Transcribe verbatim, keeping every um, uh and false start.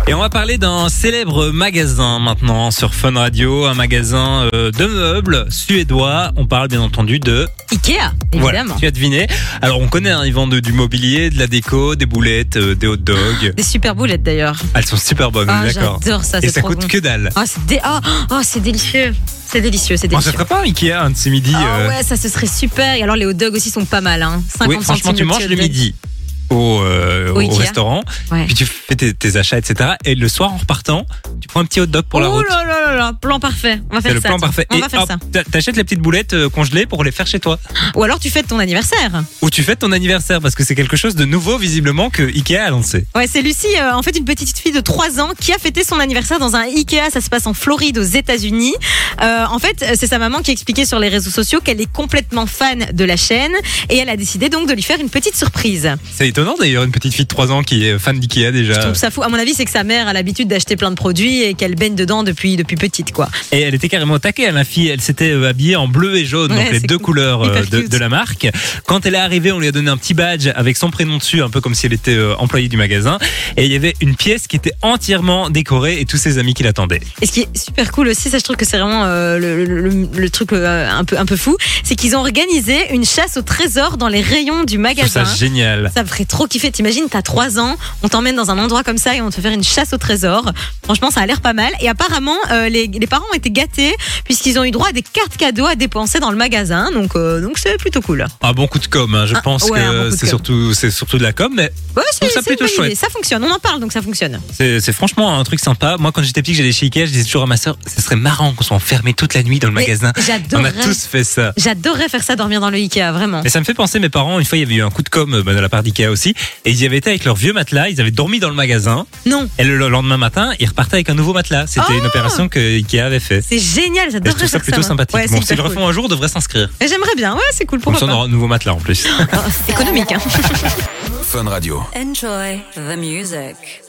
Et on va parler d'un célèbre magasin maintenant sur Fun Radio, un magasin euh, de meubles suédois. On parle bien entendu de Ikea, évidemment. Voilà, tu as deviné. Alors on connaît, hein, ils vendent du mobilier, de la déco, des boulettes, euh, des hot dogs. Des super boulettes d'ailleurs. Elles sont super bonnes, Ah, d'accord. j'adore ça, Et c'est ça trop coûte bon. que dalle. Ah, c'est dé- oh, oh, c'est délicieux. C'est délicieux, c'est On se délicieux. ferait pas un Ikea un de ces midis Ah euh, ouais, ça ce serait super. Et alors les hot dogs aussi sont pas mal, hein. cinquante Oui, franchement, centimes tu le manges petit le hot dog. midi au, euh, Au au Ikea. restaurant, Ouais. puis tu fais tes, tes achats, et cetera. Et le soir, en repartant, tu prends un petit hot dog pour la Oh route. là là là là, plan parfait. On va C'est faire le ça. plan tiens. parfait. On Et va faire hop, ça. t'a- t'achètes les petites boulettes euh, congelées pour les faire chez toi. Ou alors tu fêtes ton anniversaire. Ou tu fêtes ton anniversaire parce que c'est quelque chose de nouveau visiblement que Ikea a lancé. Ouais, c'est Lucie, euh, en fait une petite fille de trois ans qui a fêté son anniversaire dans un Ikea. Ça se passe en Floride aux États-Unis. Euh, en fait, c'est sa maman qui expliquait sur les réseaux sociaux qu'elle est complètement fan de la chaîne et elle a décidé donc de lui faire une petite surprise. C'est étonnant d'ailleurs, une petite fille de trois ans qui est fan d'Ikea Je déjà. trouve ça fou. À mon avis, c'est que sa mère a l'habitude d'acheter plein de produits et qu'elle baigne dedans depuis depuis petite, quoi. Et elle était carrément au taquet, la fille. Elle s'était euh, habillée en bleu et jaune, Ouais, donc les c'est deux cool. couleurs euh, Hyper de, cute. de la marque. Quand elle est arrivée, on lui a donné un petit badge avec son prénom dessus, un peu comme si elle était euh, employée du magasin. Et il y avait une pièce qui était entièrement décorée et tous ses amis qui l'attendaient. Et ce qui est super cool aussi, ça je trouve que c'est vraiment euh, le, le- le- le truc euh, un peu un peu fou, c'est qu'ils ont organisé une chasse au trésor dans les rayons du Je trouve magasin. ça génial. Ça me ferait trop kiffer. T'imagines, t'as trois ans, on t'emmène dans un endroit comme ça et on te fait faire une chasse au trésor. Franchement, ça a l'air pas mal. Et apparemment, euh, les, les parents ont été gâtés puisqu'ils ont eu droit à des cartes cadeaux à dépenser dans le magasin. Donc, euh, donc c'est plutôt cool. Un bon coup de com', hein. Je Ah, pense ouais, un bon que coup de c'est com'. surtout, c'est surtout de la com', mais Ouais, c'est trouve ça c'est une plutôt bonne chouette. idée. Ça fonctionne. On en parle, donc ça fonctionne. c'est, c'est franchement un truc sympa. Moi, quand j'étais petit, que j'allais chez Ikea, je disais toujours à ma sœur, ce serait marrant qu'on soit enfermé toute la nuit dans le Mais magasin. On a J'adorerais. tous fait ça. J'adorerais faire ça, dormir dans le Ikea, vraiment. Mais ça me fait penser, mes parents, une fois, il y avait eu un coup de com' bah, de la part d'Ikea aussi, et ils y avaient été avec leur vieux matelas, ils avaient dormi dans le magasin, Non, et le lendemain matin, ils repartaient avec un nouveau matelas. C'était Oh une opération que Ikea avait fait. c'est génial. Et je J'adorerais trouve ça faire plutôt moi. sympathique. Ouais, bon, c'est s'ils le hyper refont un jour, on devrait s'inscrire. cool. Et J'aimerais bien. Ouais, c'est cool. Comme Pourquoi ça, on pas. aura un nouveau matelas en plus. Économique, hein. Fun Radio. Enjoy the music.